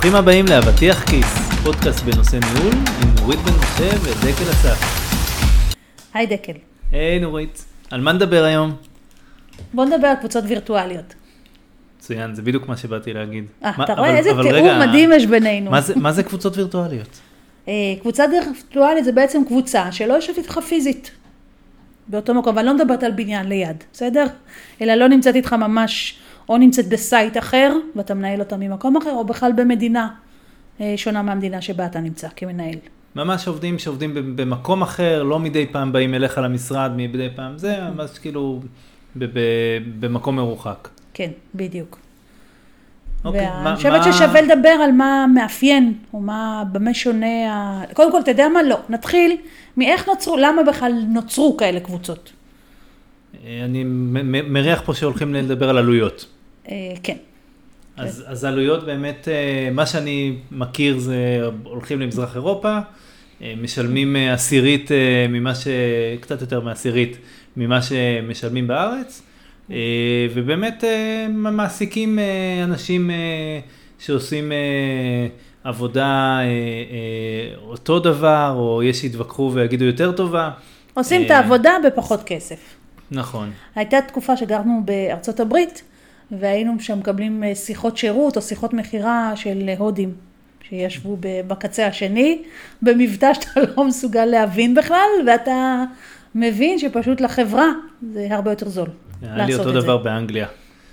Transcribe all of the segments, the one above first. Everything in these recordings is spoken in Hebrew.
ברוכים הבאים לאבטיח כיס, פודקאסט בנושא ניהול עם נורית בן משה ודקל אסף. היי דקל. היי נורית, על מה נדבר היום? בוא נדבר על קבוצות וירטואליות. מצוין, זה בדיוק מה שבאתי להגיד. אתה רואה איזה תיאור מדהים יש בינינו. מה זה קבוצות וירטואליות? קבוצה וירטואלית זה בעצם קבוצה שלא יושבת איתך פיזית. באותו מקום, אבל לא מדברת על בניין ליד, בסדר? אלא לא נמצאת איתך ממש, או נמצאת בסייט אחר, ואתה מנהל אותה ממקום אחר, או בכלל במדינה שונה מהמדינה שבה אתה נמצא כמנהל. ממש עובדים שעובדים במקום אחר, לא מדי פעם באים אליך למשרד, מדי פעם זה, ממש כאילו במקום מרוחק. כן, בדיוק. אוקיי, ואני חושבת ששווה לדבר על מה מאפיין, או מה במה שונה, קודם כל, אתה יודע מה? לא. נתחיל מאיך נוצרו, למה בכלל נוצרו כאלה קבוצות? אני מריח פה שהולכים לדבר על עלויות. כן. אז עלויות באמת, מה שאני מכיר זה הולכים למזרח אירופה, משלמים עשירית קצת יותר מעשירית ממה שמשלמים בארץ, ובאמת מעסיקים אנשים שעושים עבודה אותו דבר, או יש שיתווכחו ויגידו יותר טובה. עושים את העבודה בפחות כסף. נכון. הייתה תקופה שגרנו בארצות הברית, והיינו שם מקבלים שיחות שירות או שיחות מחירה של הודים, שישבו בקצה השני, במבטא שאתה לא מסוגל להבין בכלל, ואתה מבין שפשוט לחברה זה הרבה יותר זול לעשות את זה. היה לי אותו דבר באנגליה.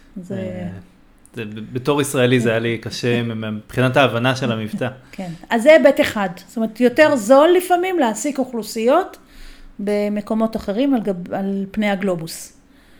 בתור ישראלי זה היה לי קשה מבחינת ההבנה של המבטא. כן, אז זה היבט אחד. זאת אומרת, יותר זול לפעמים להעסיק אוכלוסיות במקומות אחרים על פני הגלובוס.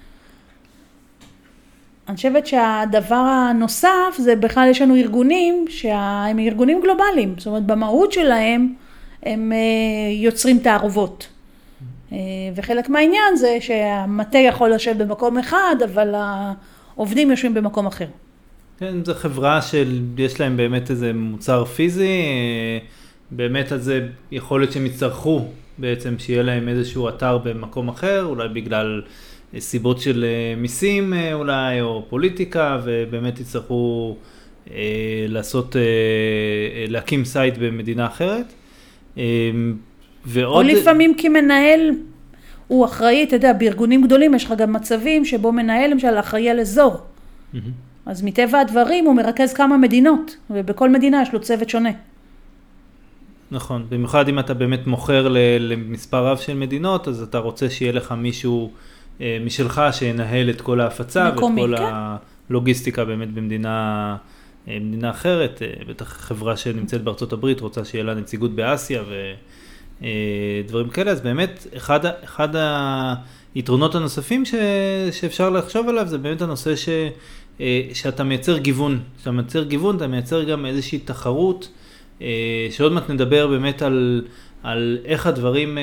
אני חושבת שהדבר הנוסף זה בכלל יש לנו ארגונים שהם ארגונים גלובליים. זאת אומרת, במהות שלהם הם יוצרים תערובות. וחלק מהעניין זה שהמטה יכול לשבת במקום אחד, אבל העובדים יושבים במקום אחר. כן, זו חברה שיש להם באמת איזה מוצר פיזי, באמת על זה יכול להיות שהם יצטרכו בעצם שיהיה להם איזשהו אתר במקום אחר, אולי בגלל סיבות של מיסים אולי, או פוליטיקה, ובאמת יצטרכו להקים סייט במדינה אחרת. או לפעמים כמנהל הוא אחראי, אתה יודע, בארגונים גדולים יש לך גם מצבים שבו מנהל למשל אחראי על אזור. אז מטבע הדברים הוא מרכז כמה מדינות, ובכל מדינה יש לו צוות שונה. נכון, במיוחד אם אתה באמת מוכר למספר רב של מדינות, אז אתה רוצה שיהיה לך מישהו משלך שינהל את כל ההפצה, מקומי, ואת כל כן. הלוגיסטיקה באמת במדינה אחרת. בטח חברה שנמצאת בארצות הברית רוצה שיהיה לה נציגות באסיה ודברים כאלה, אז באמת אחד היתרונות הנוספים שאפשר לחשוב עליו זה באמת הנושא שאתה מייצר גיוון. כשאתה מייצר גיוון, אתה מייצר גם איזושהי תחרות, שעוד מעט נדבר באמת על איך הדברים,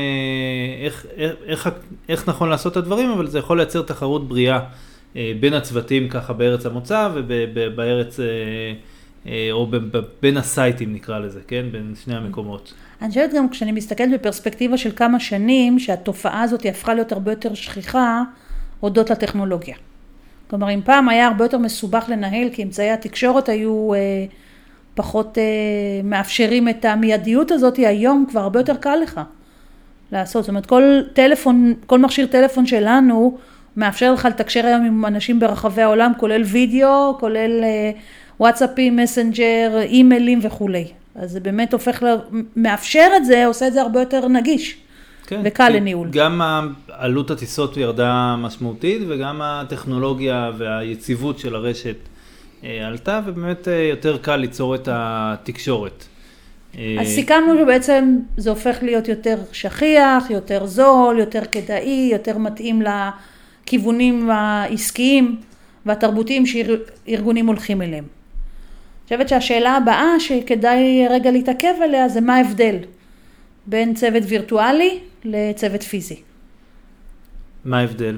איך נכון לעשות את הדברים, אבל זה יכול לייצר תחרות בריאה בין הצוותים ככה בארץ המוצא ובארץ, או בין הסייטים נקרא לזה, כן? בין שני המקומות. אני חושבת גם כשאני מסתכלת בפרספקטיבה של כמה שנים, שהתופעה הזאת הפכה להיות הרבה יותר שכיחה, הודות לטכנולוגיה. כלומר, אם פעם היה הרבה יותר מסובך לנהל, כי אמצעי התקשורת היו פחות מאפשרים את המיידיות הזאת, היום כבר הרבה יותר קל לך לעשות. זאת אומרת, כל מכשיר טלפון שלנו מאפשר לך לתקשר היום עם אנשים ברחבי העולם, כולל וידאו, כולל וואטסאפים, מסנג'ר, אימיילים וכו'. אז זה באמת מאפשר את זה, עושה את זה הרבה יותר נגיש. כן, וקל לניהול. גם עלות הטיסות ירדה משמעותית, וגם הטכנולוגיה והיציבות של הרשת עלתה, ובאמת יותר קל ליצור את התקשורת. אז סיכמנו שבעצם זה הופך להיות יותר שכיח, יותר זול, יותר כדאי, יותר מתאים לכיוונים העסקיים והתרבותיים שארגונים הולכים אליהם. אני חושבת שהשאלה הבאה שכדאי רגע להתעכב עליה זה מה ההבדל בין צוות וירטואלי לצוות פיזי. מה ההבדל?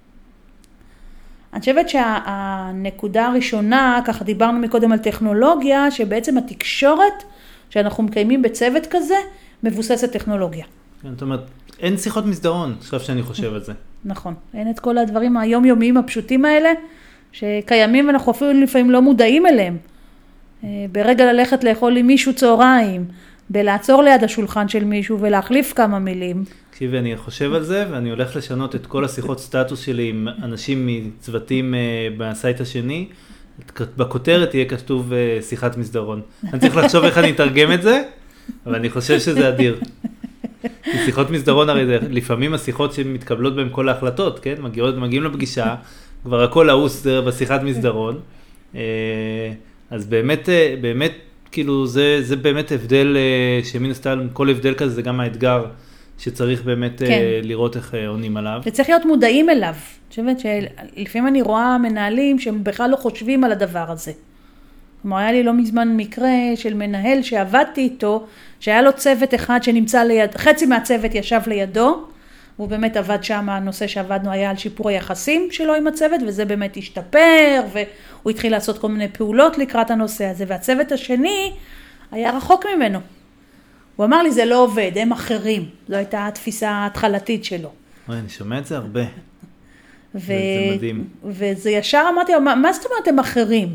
אני חושבת שהנקודה הראשונה, ככה דיברנו מקודם על טכנולוגיה, שבעצם התקשורת שאנחנו מקיימים בצוות כזה, מבוססת טכנולוגיה. זאת אומרת, אין שיחות מסדרון, עכשיו שאני חושב על זה. נכון, אין את כל הדברים היומיומיים הפשוטים האלה, שקיימים ואנחנו אפילו לפעמים לא מודעים אליהם. ברגע ללכת לאכול עם מישהו צהריים, בלעצור ליד השולחן של מישהו ולהחליף כמה מילים. תקשיבי, אני חושב על זה, ואני הולך לשנות את כל השיחות סטטוס שלי עם אנשים מצוותים בסייט השני. בכותרת תהיה כתוב שיחת מסדרון. אני צריך לחשוב איך אני אתרגם את זה, אבל אני חושב שזה אדיר. שיחות מסדרון הרי זה לפעמים השיחות שמתקבלות בהם כל ההחלטות, כן? מגיעים לפגישה, כבר הכל לעוס בשיחת מסדרון. אז באמת, כאילו זה באמת הבדל, שמן הסתם כל הבדל כזה זה גם האתגר שצריך באמת לראות איך עונים עליו. וצריך להיות מודעים אליו. אני חושבת שלפעמים אני רואה מנהלים שהם בכלל לא חושבים על הדבר הזה. כלומר, היה לי לא מזמן מקרה של מנהל שעבדתי איתו, שהיה לו צוות אחד שנמצא ליד, חצי מהצוות ישב לידו, הוא באמת עבד שם, הנושא שעבדנו היה על שיפור היחסים שלו עם הצוות, וזה באמת השתפר, והוא התחיל לעשות כל מיני פעולות לקראת הנושא הזה, והצוות השני היה רחוק ממנו. הוא אמר לי, זה לא עובד, הם אחרים. זו הייתה התפיסה ההתחלתית שלו. אני שומע את זה הרבה. זה מדהים. וזה ישר אמרתי, מה זאת אומרת הם אחרים?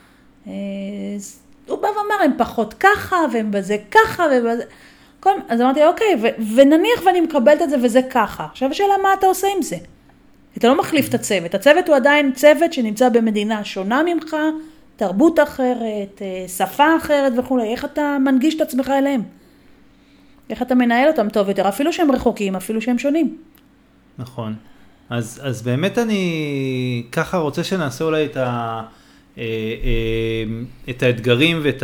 הוא בא ואמר, הם פחות ככה, והם בזה ככה, ובזה... אז אמרתי, אוקיי, ונניח ואני מקבלת את זה וזה ככה. עכשיו השאלה, מה אתה עושה עם זה? אתה לא מחליף את הצוות. הצוות הוא עדיין צוות שנמצא במדינה שונה ממך, תרבות אחרת, שפה אחרת וכו'. איך אתה מנגיש את עצמך אליהם? איך אתה מנהל אותם טוב יותר? אפילו שהם רחוקים, אפילו שהם שונים. נכון. אז באמת אני ככה רוצה שנעשה אולי את האתגרים ואת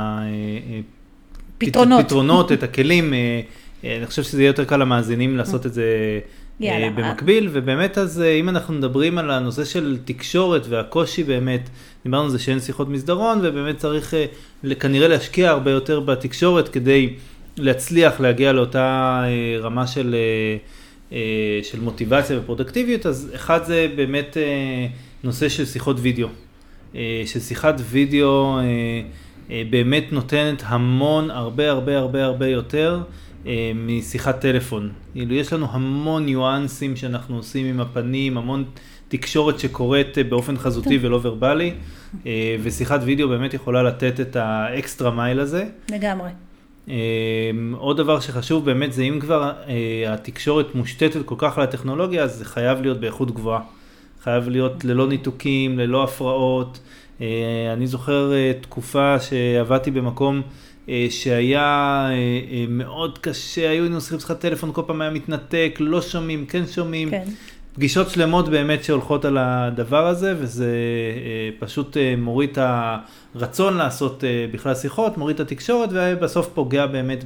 הפתרונות, את הכלים. אני חושב שזה יהיה יותר קל למאזינים לעשות את זה במקביל, ובאמת אז אם אנחנו מדברים על הנושא של תקשורת והקושי באמת, דיברנו על זה שאין שיחות מסדרון, ובאמת צריך כנראה להשקיע הרבה יותר בתקשורת כדי להצליח להגיע לאותה רמה של מוטיבציה ופרודקטיביות. אז אחד זה באמת נושא של שיחות וידאו. ששיחת וידאו באמת נותנת המון, הרבה יותר משיחת טלפון. יש לנו המון ניואנסים שאנחנו עושים עם הפנים, המון תקשורת שקורית באופן חזותי ולא ורבלי, ושיחת וידאו באמת יכולה לתת את האקסטרה מייל הזה. לגמרי. עוד דבר שחשוב באמת זה אם כבר התקשורת מושתתת כל כך על הטכנולוגיה, אז זה חייב להיות באיכות גבוהה. חייב להיות ללא ניתוקים, ללא הפרעות. אני זוכר תקופה שעבדתי במקום שהיה מאוד קשה, היו נוסחים שיחת טלפון, כל פעם היה מתנתק, לא שומעים, כן שומעים. כן. פגישות שלמות באמת שהולכות על הדבר הזה, וזה פשוט מוריד את הרצון לעשות בכלל שיחות, מוריד את התקשורת, ובסוף פוגע באמת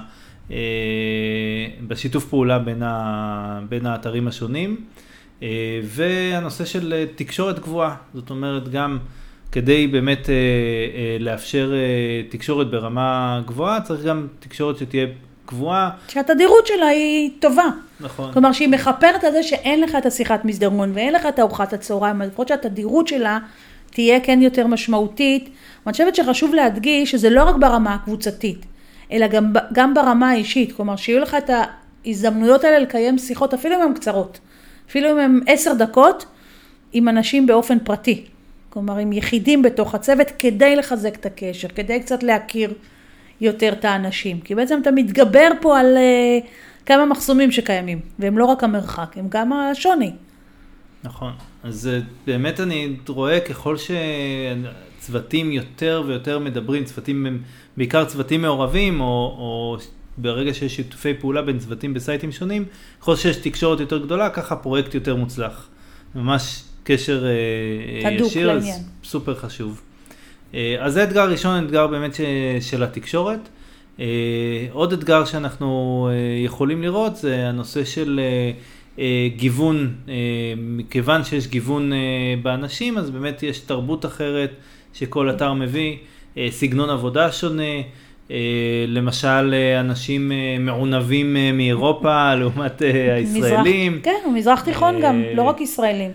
בשיתוף פעולה בין האתרים השונים. והנושא של תקשורת גבוהה, זאת אומרת גם כדי באמת לאפשר תקשורת ברמה גבוהה, צריך גם תקשורת שתהיה גבוהה. שהתדירות שלה היא טובה. נכון. כלומר שהיא מחפרת על זה שאין לך את השיחת מסדרון ואין לך את ארוחת הצהריים, אבל לפחות שהתדירות שלה תהיה כן יותר משמעותית. אני חושבת שחשוב להדגיש שזה לא רק ברמה הקבוצתית, אלא גם ברמה האישית. כלומר שיהיו לך את ההזדמנויות האלה לקיים שיחות, אפילו אם הן קצרות. אפילו אם הם 10 דקות עם אנשים באופן פרטי. כלומר, עם יחידים בתוך הצוות כדי לחזק את הקשר, כדי קצת להכיר יותר את האנשים. כי בעצם אתה מתגבר פה על כמה מחסומים שקיימים, והם לא רק המרחק, הם גם השוני. נכון. אז באמת אני רואה ככל שצוותים יותר ויותר מדברים, צוותים הם בעיקר צוותים מעורבים, או ברגע שיש שיתופי פעולה בין צוותים בסייטים שונים, ככל שיש תקשורת יותר גדולה, ככה פרויקט יותר מוצלח. ממש קשר ישיר, אז סופר חשוב. אז זה אתגר ראשון, אתגר באמת של התקשורת. עוד אתגר שאנחנו יכולים לראות, זה הנושא של גיוון. מכיוון שיש גיוון באנשים, אז באמת יש תרבות אחרת שכל אתר מביא, סגנון עבודה שונה, למשל אנשים מעונבים מאירופה לעומת הישראלים. כן, ומזרח תיכון גם, לא רק ישראלים.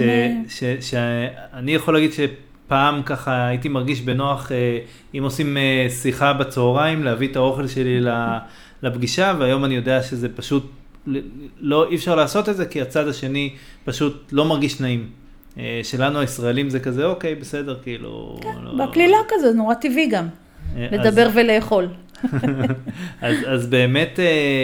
שאני יכול להגיד שפעם ככה הייתי מרגיש בנוח אם עושים שיחה בצהריים להביא את האוכל שלי לפגישה, והיום אני יודע שזה פשוט אי אפשר לעשות את זה כי הצד השני פשוט לא מרגיש נעים. שלנו הישראלים זה כזה, אוקיי, בסדר, כאילו... כן, בכלילה כזה, נורא טבעי גם, לדבר ולאכול. אז באמת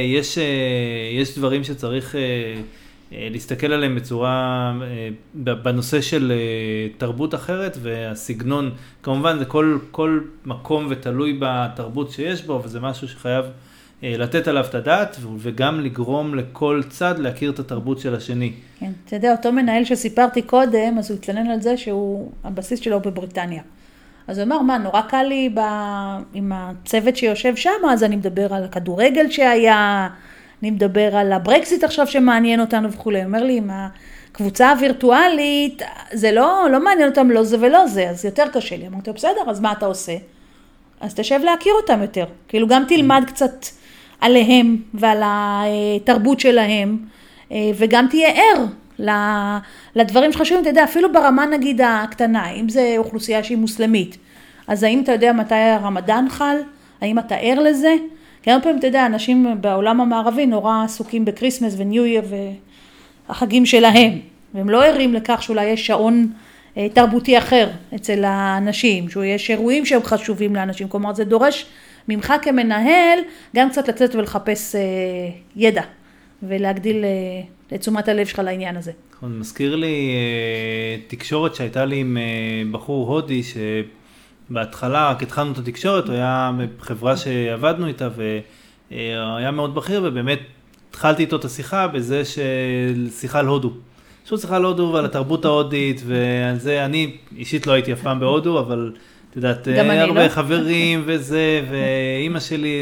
יש דברים שצריך להסתכל עליהם בצורה, בנושא של תרבות אחרת והסגנון, כמובן זה כל מקום ותלוי בתרבות שיש בו, וזה משהו שחייב לתת עליו את הדעת, וגם לגרום לכל צד להכיר את התרבות של השני. כן, אתה יודע, אותו מנהל שסיפרתי קודם, אז הוא התלונן על זה הבסיס שלו בבריטניה. אז הוא אמר, נורא קל לי עם הצוות שיושב שם, אז אני מדבר על הכדורגל שהיה, אני מדבר על הברקזיט עכשיו שמעניין אותנו וכו'. הוא אומר לי, עם הקבוצה הווירטואלית, זה לא מעניין אותם לא זה ולא זה, אז יותר קשה לי. אמרתי, בסדר, אז מה אתה עושה? אז תשב להכיר אותם יותר. כאילו גם תלמד קצת עליהם ועל התרבות שלהם, וגם תהיה ער לדברים שחשובים, אתה יודע, אפילו ברמה נגיד הקטנה, אם זה אוכלוסייה שהיא מוסלמית, אז האם אתה יודע מתי הרמדאן חל? האם אתה ער לזה? כי הרבה פעמים, אתה יודע, אנשים בעולם המערבי נורא עסוקים בקריסמס וניו ייר והחגים שלהם, והם לא ערים לכך שאולי יש שעון תרבותי אחר אצל האנשים, שיש אירועים שהם חשובים לאנשים, כלומר זה דורש ממך כמנהל גם קצת לצאת ולחפש ידע, ולהגדיל את תשומת הלב שלך לעניין הזה. נכון, מזכיר לי תקשורת שהייתה לי עם בחור הודי, שבהתחלה רק התחלנו את התקשורת, הוא היה בחברה שעבדנו איתה, והיה מאוד בכיר, ובאמת התחלתי איתו את השיחה בזה של שיחה על הודו. פשוט שיחה על הודו ועל התרבות ההודית, ועל זה אני אישית לא הייתי אף פעם בהודו, אבל את יודעת, הרבה חברים וזה, ואימא שלי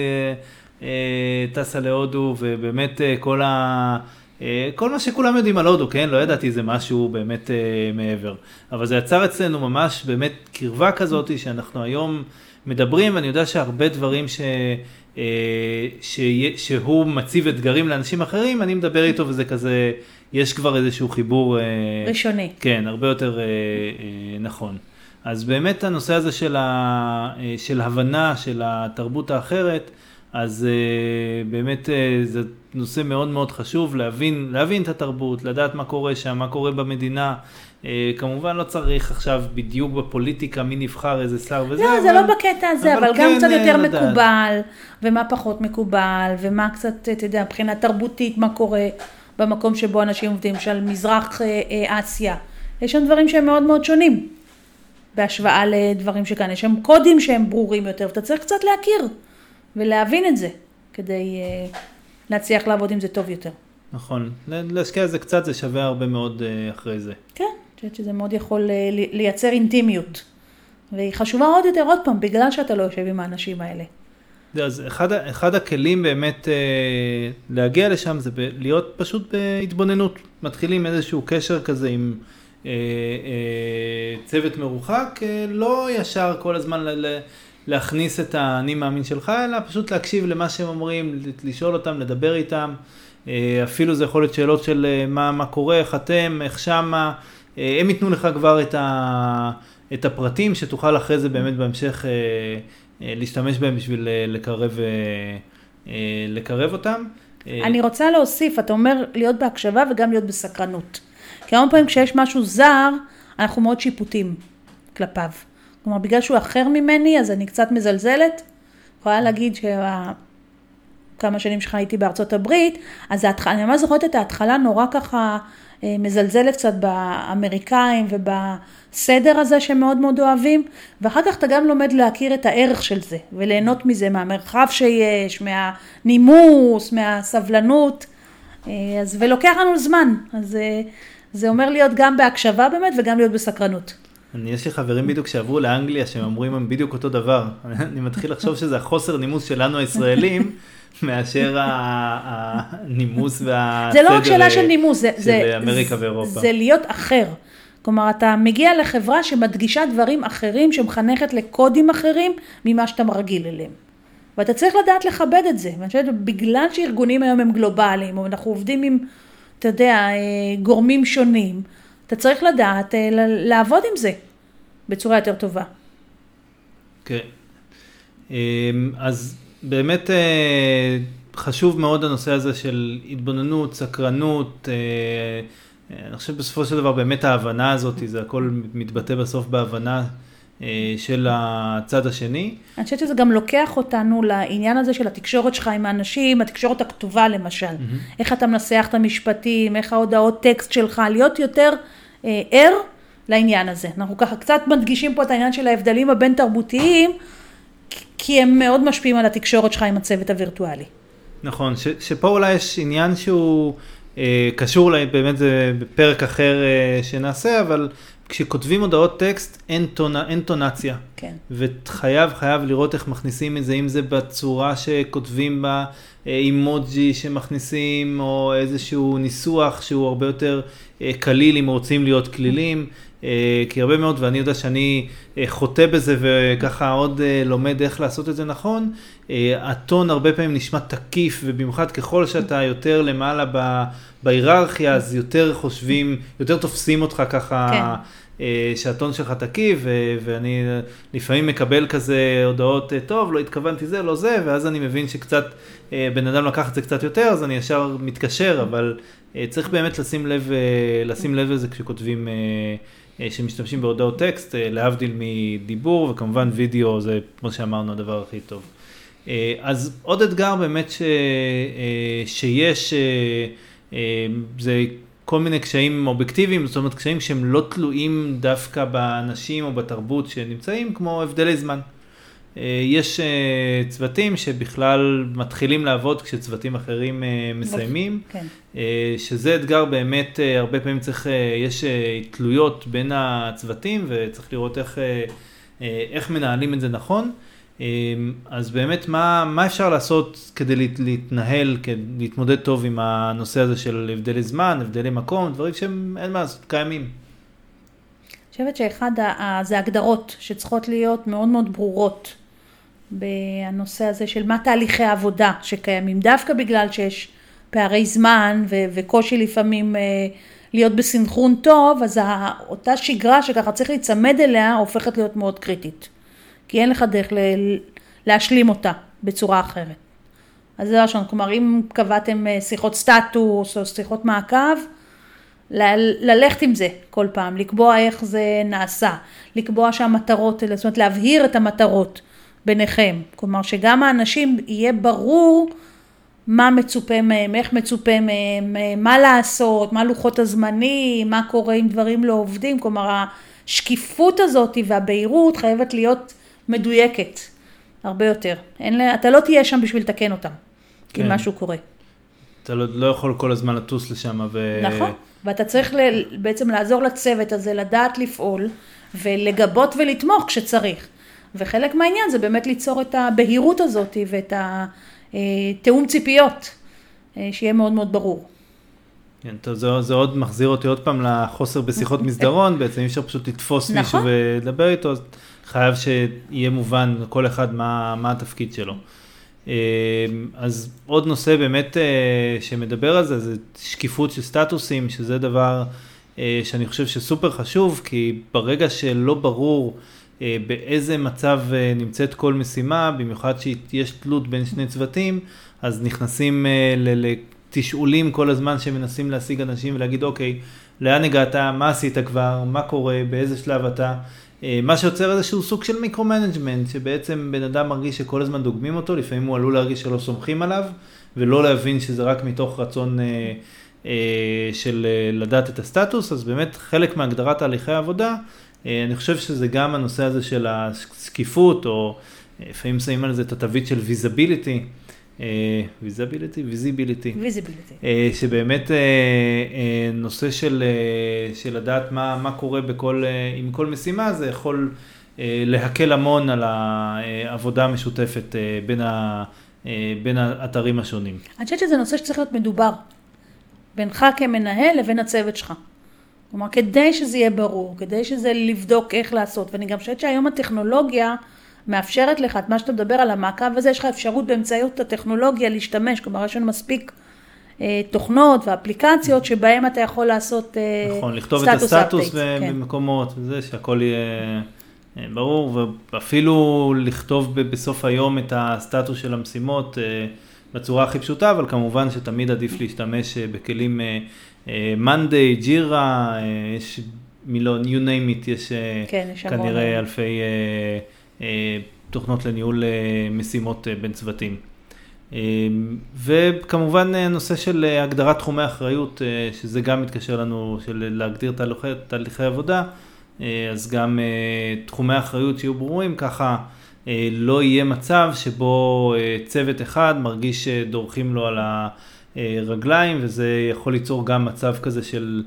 טסה להודו, ובאמת כל מה שכולם יודעים על הודו, כן? לא ידעתי זה משהו באמת מעבר. אבל זה יצר אצלנו ממש באמת קרבה כזאת, שאנחנו היום מדברים, ואני יודע שהרבה דברים שהוא מציב אתגרים לאנשים אחרים, אני מדבר איתו וזה כזה, יש כבר איזשהו חיבור ראשוני. כן, הרבה יותר נכון. אז באמת הנושא הזה של הבנה של התרבות האחרת, אז באמת זה נושא מאוד מאוד חשוב, להבין את התרבות, לדעת מה קורה שם, מה קורה במדינה. כמובן לא צריך עכשיו בדיוק בפוליטיקה מי נבחר איזה שר וזה. לא, זה לא בקטע הזה, אבל גם קצת יותר מקובל, ומה פחות מקובל, ומה קצת, אתה יודע, מבחינה תרבותית, מה קורה במקום שבו אנשים עובדים, של מזרח אסיה. יש שם דברים שהם מאוד מאוד שונים, בהשוואה לדברים שכאן. יש שם קודים שהם ברורים יותר, ואתה צריך קצת להכיר ולהבין את זה, כדי להצליח לעבוד עם זה טוב יותר. נכון, להשקיע זה קצת, זה שווה הרבה מאוד אחרי זה. כן, אני חושבת שזה מאוד יכול לייצר אינטימיות, והיא חשובה עוד יותר, עוד פעם, בגלל שאתה לא יושב עם האנשים האלה. אז אחד הכלים באמת להגיע לשם זה להיות פשוט בהתבוננות. מתחילים איזשהו קשר כזה עם צוות מרוחק, לא ישר כל הזמן להכניס את האני מאמין שלך, אלא פשוט להקשיב למה שהם אומרים, לשאול אותם, לדבר איתם. אפילו זה יכול להיות שאלות של מה קורה, איך אתם, איך שמה. הם ייתנו לך כבר את הפרטים שתוכל אחרי זה באמת בהמשך להשתמש בהם בשביל לקרב אותם. אני רוצה להוסיף, אתה אומר להיות בהקשבה וגם להיות בסקרנות. כי הרבה פעמים כשיש משהו זר, אנחנו מאוד שיפוטים כלפיו. כלומר, בגלל שהוא אחר ממני, אז אני קצת מזלזלת. יכולה להגיד כמה שנים שחייתי בארצות הברית, אז אני ממש זוכרת את ההתחלה נורא ככה מזלזלת קצת באמריקאים ובסדר הזה שהם מאוד מאוד אוהבים, ואחר כך אתה גם לומד להכיר את הערך של זה, וליהנות מזה, מהמרחב שיש, מהנימוס, מהסבלנות, ולוקח לנו זמן, אז זה אומר להיות גם בהקשבה באמת וגם להיות בסקרנות. יש לי חברים בדיוק שעברו לאנגליה שהם אומרים בדיוק אותו דבר. אני מתחיל לחשוב שזה החוסר נימוס שלנו הישראלים, מאשר הנימוס והסדר זה לא רק שאלה של נימוס, של אמריקה ואירופה. זה להיות אחר. כלומר, אתה מגיע לחברה שמדגישה דברים אחרים, שמחנכת לקודים אחרים ממה שאתה מרגיל אליהם. ואתה צריך לדעת לכבד את זה. ואני חושבת, בגלל שארגונים היום הם גלובליים, או אנחנו עובדים עם, אתה יודע, גורמים שונים, אתה צריך לדעת לעבוד עם זה בצורה יותר טובה. כן. אז באמת חשוב מאוד הנושא הזה של התבוננות, סקרנות, אני חושב בסופו של דבר באמת ההבנה הזאת, זה הכל מתבטא בסוף בהבנה של הצד השני. אני חושבת שזה גם לוקח אותנו לעניין הזה של התקשורת שלך עם האנשים, התקשורת הכתובה למשל. איך אתה מנסח את המשפטים, איך ההודעות טקסט שלך, להיות יותר ער לעניין הזה. אנחנו ככה קצת מדגישים פה את העניין של ההבדלים הבין תרבותיים, כי הם מאוד משפיעים על התקשורת שלך עם הצוות הווירטואלי. נכון, שפה אולי יש עניין שהוא קשור אולי, באמת זה בפרק אחר שנעשה, אבל כשכותבים הודעות טקסט אין טונציה. כן. וחייב לראות איך מכניסים את זה, אם זה בצורה שכותבים בה, אימוג'י שמכניסים, או איזשהו ניסוח שהוא הרבה יותר קליל, אם רוצים להיות כלילים, כי הרבה מאוד, ואני יודע שאני חוטא בזה וככה עוד לומד איך לעשות את זה נכון, הטון הרבה פעמים נשמע תקיף, ובמיוחד ככל שאתה יותר למעלה בהיררכיה, אז יותר חושבים, יותר תופסים אותך ככה, כן. שהטון שלך תקיף, ואני לפעמים מקבל כזה הודעות, טוב, לא התכוונתי זה, לא זה, ואז אני מבין שקצת, בן אדם לקח את זה קצת יותר, אז אני ישר מתקשר, אבל צריך באמת לשים לב לזה כשכותבים, שמשתמשים בהודעות טקסט, להבדיל מדיבור, וכמובן וידאו זה, כמו שאמרנו, הדבר הכי טוב. אז עוד אתגר באמת שיש, זה כל מיני קשיים אובייקטיביים, זאת אומרת קשיים שהם לא תלויים דווקא באנשים או בתרבות שנמצאים, כמו הבדלי זמן. יש צוותים שבכלל מתחילים לעבוד כשצוותים אחרים מסיימים, כן. שזה אתגר באמת, הרבה פעמים יש תלויות בין הצוותים, וצריך לראות איך מנהלים את זה נכון. אז באמת מה אפשר לעשות כדי להתנהל, כדי להתמודד טוב עם הנושא הזה של הבדלי זמן, הבדלי מקום, דברים שהם אין מה לעשות, קיימים. אני חושבת שאחד זה הגדרות שצריכות להיות מאוד מאוד ברורות בנושא הזה של מה תהליכי העבודה שקיימים, דווקא בגלל שיש פערי זמן וקושי לפעמים להיות בסנכרון טוב, אז אותה שגרה שככה צריך להצמד אליה הופכת להיות מאוד קריטית. כי אין לך דרך להשלים אותה בצורה אחרת. אז זה ראשון, כלומר, אם קבעתם שיחות סטטוס או שיחות מעקב, ללכת עם זה כל פעם, לקבוע איך זה נעשה, לקבוע שהמטרות, זאת אומרת, להבהיר את המטרות ביניכם. כלומר, שגם האנשים יהיה ברור מה מצופה מהם, איך מצופה מהם, מה לעשות, מה לוחות הזמנים, מה קורה אם דברים לא עובדים. כלומר, השקיפות הזאת והבהירות חייבת להיות מדויקת הרבה יותר. אתה לא תהיה שם בשביל לתקן אותם, כן. אם משהו קורה. אתה לא יכול כל הזמן לטוס לשם. נכון, ואתה צריך בעצם לעזור לצוות הזה, לדעת לפעול, ולגבות ולתמוך כשצריך. וחלק מהעניין זה באמת ליצור את הבהירות הזאת, ואת התאום ציפיות, שיהיה מאוד מאוד ברור. כן, טוב, זה עוד מחזיר אותי עוד פעם לחוסר בשיחות מסדרון, בעצם אי אפשר פשוט לתפוס מישהו ולדבר איתו, אז חייב שיהיה מובן כל אחד מה התפקיד שלו. אז עוד נושא באמת שמדבר על זה, זה שקיפות של סטטוסים, שזה דבר שאני חושב שסופר חשוב, כי ברגע שלא ברור באיזה מצב נמצאת כל משימה, במיוחד שיש תלות בין שני צוותים, אז נכנסים לתשאולים כל הזמן שמנסים להשיג אנשים ולהגיד, אוקיי, לאן הגעת, מה עשית כבר, מה קורה, באיזה שלב אתה, מה שיוצר איזשהו סוג של מיקרו-מנג'מנט, שבעצם בן אדם מרגיש שכל הזמן דוגמים אותו, לפעמים הוא עלול להרגיש שלא סומכים עליו, ולא להבין שזה רק מתוך רצון של לדעת את הסטטוס, אז באמת חלק מהגדרת תהליכי העבודה, אני חושב שזה גם הנושא הזה של השקיפות, או לפעמים שמים על זה את התווית של visibility, שבאמת נושא של לדעת מה קורה עם כל משימה, זה יכול להקל המון על העבודה המשותפת בין האתרים השונים. אני חושבת שזה נושא שצריך להיות מדובר בינך כמנהל לבין הצוות שלך. כלומר, כדי שזה יהיה ברור, כדי שזה לבדוק איך לעשות, ואני גם חושבת שהיום הטכנולוגיה מאפשרת לך את מה שאתה מדבר על המעקב הזה, יש לך אפשרות באמצעות הטכנולוגיה להשתמש, כלומר יש לנו מספיק תוכנות ואפליקציות שבהם אתה יכול לעשות נכון, לכתוב את הסטטוס במקומות, וזה שהכל יהיה ברור, ואפילו לכתוב בסוף היום את הסטטוס של המשימות בצורה הכי פשוטה, אבל כמובן שתמיד עדיף להשתמש בכלים מנדי, ג'ירה, יש מילון, you name it, יש כן, יש כנראה אלפי תוכנות לניהול משימות בין צוותים. וכמובן נושא של הגדרת תחומי אחריות, שזה גם מתקשר לנו של להגדיר תהליכי עבודה, אז גם תחומי אחריות שיהיו ברורים, ככה לא יהיה מצב שבו צוות אחד מרגיש שדורכים לו על הרגליים, וזה יכול ליצור גם מצב כזה של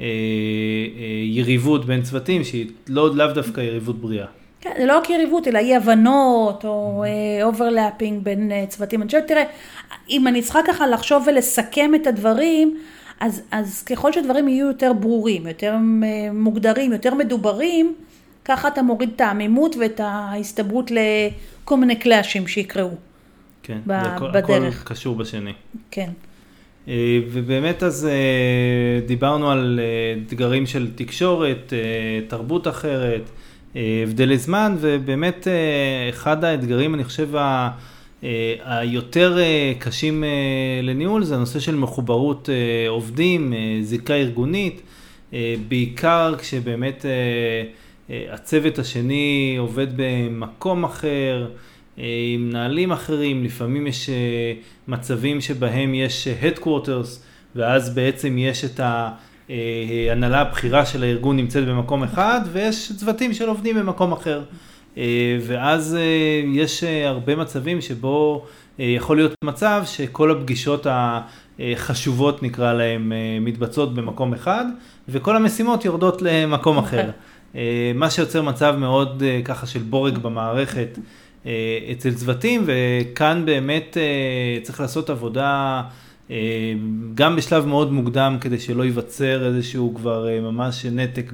יריבות בין צוותים, שהיא לאו דווקא יריבות בריאה. כן, זה לא רק יריבות, אלא אי הבנות או אוברלאפינג בין צוותים. אני חושבת, תראה, אם אני צריכה ככה לחשוב ולסכם את הדברים, אז ככל שדברים יהיו יותר ברורים, יותר מוגדרים, יותר מדוברים, ככה אתה מוריד את העמימות ואת ההסתברות לכל מיני קלאשים שיקראו. כן, בדרך. הכל קשור בשני. כן. ובאמת אז דיברנו על אתגרים של תקשורת, תרבות אחרת, הבדלי זמן, ובאמת אחד האתגרים, אני חושב, היותר קשים לניהול, זה הנושא של מחוברות עובדים, זיקה ארגונית, בעיקר כשבאמת הצוות השני עובד במקום אחר, עם מנהלים אחרים, לפעמים יש מצבים שבהם יש headquarters, ואז בעצם יש את ההנהלה הבכירה של הארגון נמצאת במקום אחד, ויש צוותים של עובדים במקום אחר. ואז יש הרבה מצבים שבו יכול להיות מצב שכל הפגישות החשובות נקרא להם מתבצעות במקום אחד, וכל המשימות יורדות למקום אחר. מה שיוצר מצב מאוד ככה של בורג במערכת אצל צוותים, וכאן באמת צריך לעשות עבודה גם בשלב מאוד מוקדם כדי שלא ייווצר איזשהו כבר ממש נתק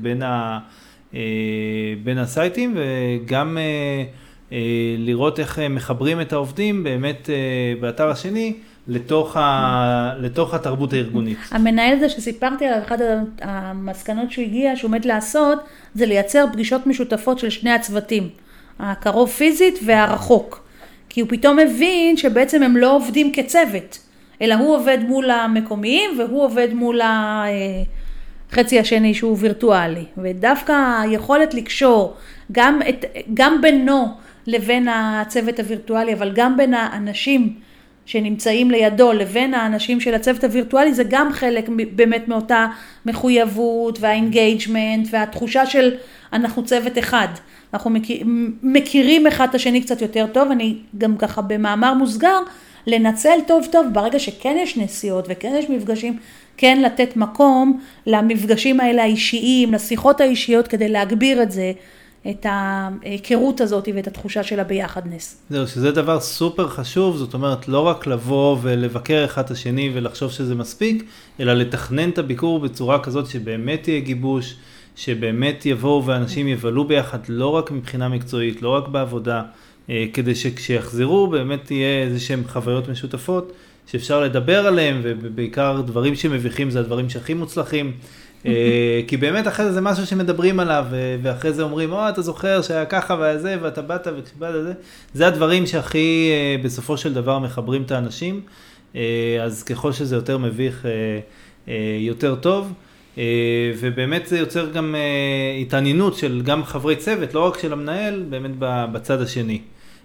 בין הסייטים, וגם לראות איך מחברים את העובדים באמת באתר השני לתוך התרבות הארגונית. המנהל הזה שסיפרתי על אחד המסקנות שהוא הגיע, שהוא עומד לעשות, זה לייצר פגישות משותפות של שני הצוותים, הקרוב פיזית והרחוק. כי הוא פתאום מבין שבעצם הם לא עובדים כצוות, אלא הוא עובד מול המקומיים והוא עובד מול החצי השני שהוא וירטואלי. ודווקא היכולת לקשור גם בינו לבין הצוות הווירטואלי, אבל גם בין האנשים שנמצאים לידו לבין האנשים של הצוות הווירטואלי, זה גם חלק באמת מאותה מחויבות והאינגייג'מנט והתחושה של אנחנו צוות אחד. אנחנו מכירים אחד את השני קצת יותר טוב. אני גם ככה במאמר מוסגר, לנצל טוב טוב ברגע שכן יש נסיעות וכן יש מפגשים, כן לתת מקום למפגשים האלה האישיים, לשיחות האישיות, כדי להגביר את זה, את ההיכרות הזאת ואת התחושה של הביחדנס. זהו, שזה דבר סופר חשוב, זאת אומרת לא רק לבוא ולבקר אחד את השני ולחשוב שזה מספיק, אלא לתכנן את הביקור בצורה כזאת שבאמת יהיה גיבוש, שבאמת יבואו ואנשים יבלו ביחד, לא רק מבחינה מקצועית, לא רק בעבודה, כדי שכשיחזרו באמת תהיה איזה שהם חוויות משותפות, שאפשר לדבר עליהם, ובעיקר דברים שמביכים זה הדברים שהכי מוצלחים, כי באמת אחרי זה זה משהו שמדברים עליו, ואחרי זה אומרים, אתה זוכר שהיה ככה וזה, ואתה באת וכשבאת זה, זה הדברים שהכי בסופו של דבר מחברים את האנשים, אז ככל שזה יותר מביך, יותר טוב, ובאמת זה יוצר גם התעניינות של גם חברי צוות, לא רק של המנהל, באמת בצד השני.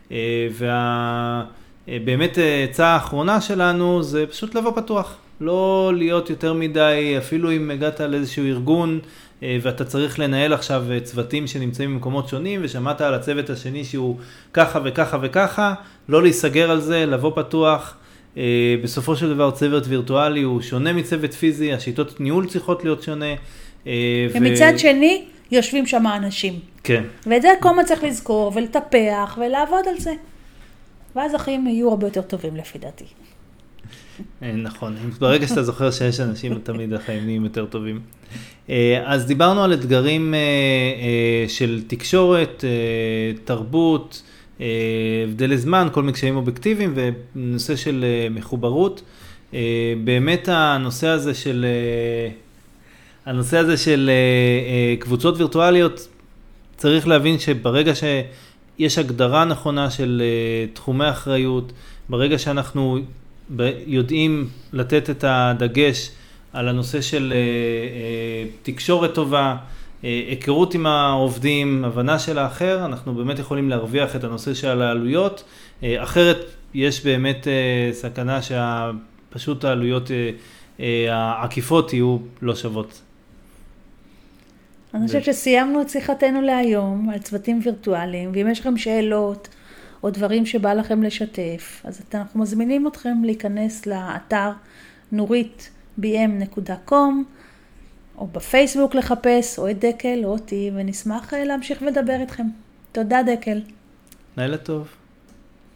ובאמת הצעה האחרונה שלנו זה פשוט לבוא פתוח, לא להיות יותר מדי, אפילו אם הגעת לאיזשהו ארגון ואתה צריך לנהל עכשיו צוותים שנמצאים במקומות שונים ושמעת על הצוות השני שהוא ככה וככה וככה, לא להיסגר על זה, לבוא פתוח. בסופו של דבר צוות וירטואלי הוא שונה מצוות פיזי, השיטות ניהול צריכות להיות שונה. ומצד שני יושבים שם אנשים. כן. ואת זה כל מה צריך לזכור ולטפח ולעבוד על זה. ואז החיים יהיו הרבה יותר טובים לפי דעתי. נכון, ברגע שאתה זוכר שיש אנשים תמיד החיים נהיים יותר טובים. אז דיברנו על אתגרים של תקשורת, תרבות, הבדלי זמן, כל מיני קשיים אובייקטיביים ונושא של מחוברות. באמת הנושא הזה של קבוצות וירטואליות, צריך להבין שברגע שיש הגדרה נכונה של תחומי אחריות, ברגע שאנחנו יודעים לתת את הדגש על הנושא של תקשורת טובה, היכרות עם העובדים, הבנה של האחר, אנחנו באמת יכולים להרוויח את הנושא של העלויות, אחרת יש באמת סכנה שפשוט העלויות העקיפות יהיו לא שוות. אני חושבת שסיימנו את שיחתנו להיום על צוותים וירטואליים, ואם יש לכם שאלות או דברים שבא לכם לשתף, אז אנחנו מזמינים אתכם להיכנס לאתר nuritbm.com, או בפייסבוק לחפש, או את דקל, או אותי, ונשמח להמשיך ולדבר איתכם. תודה דקל. לילה טוב.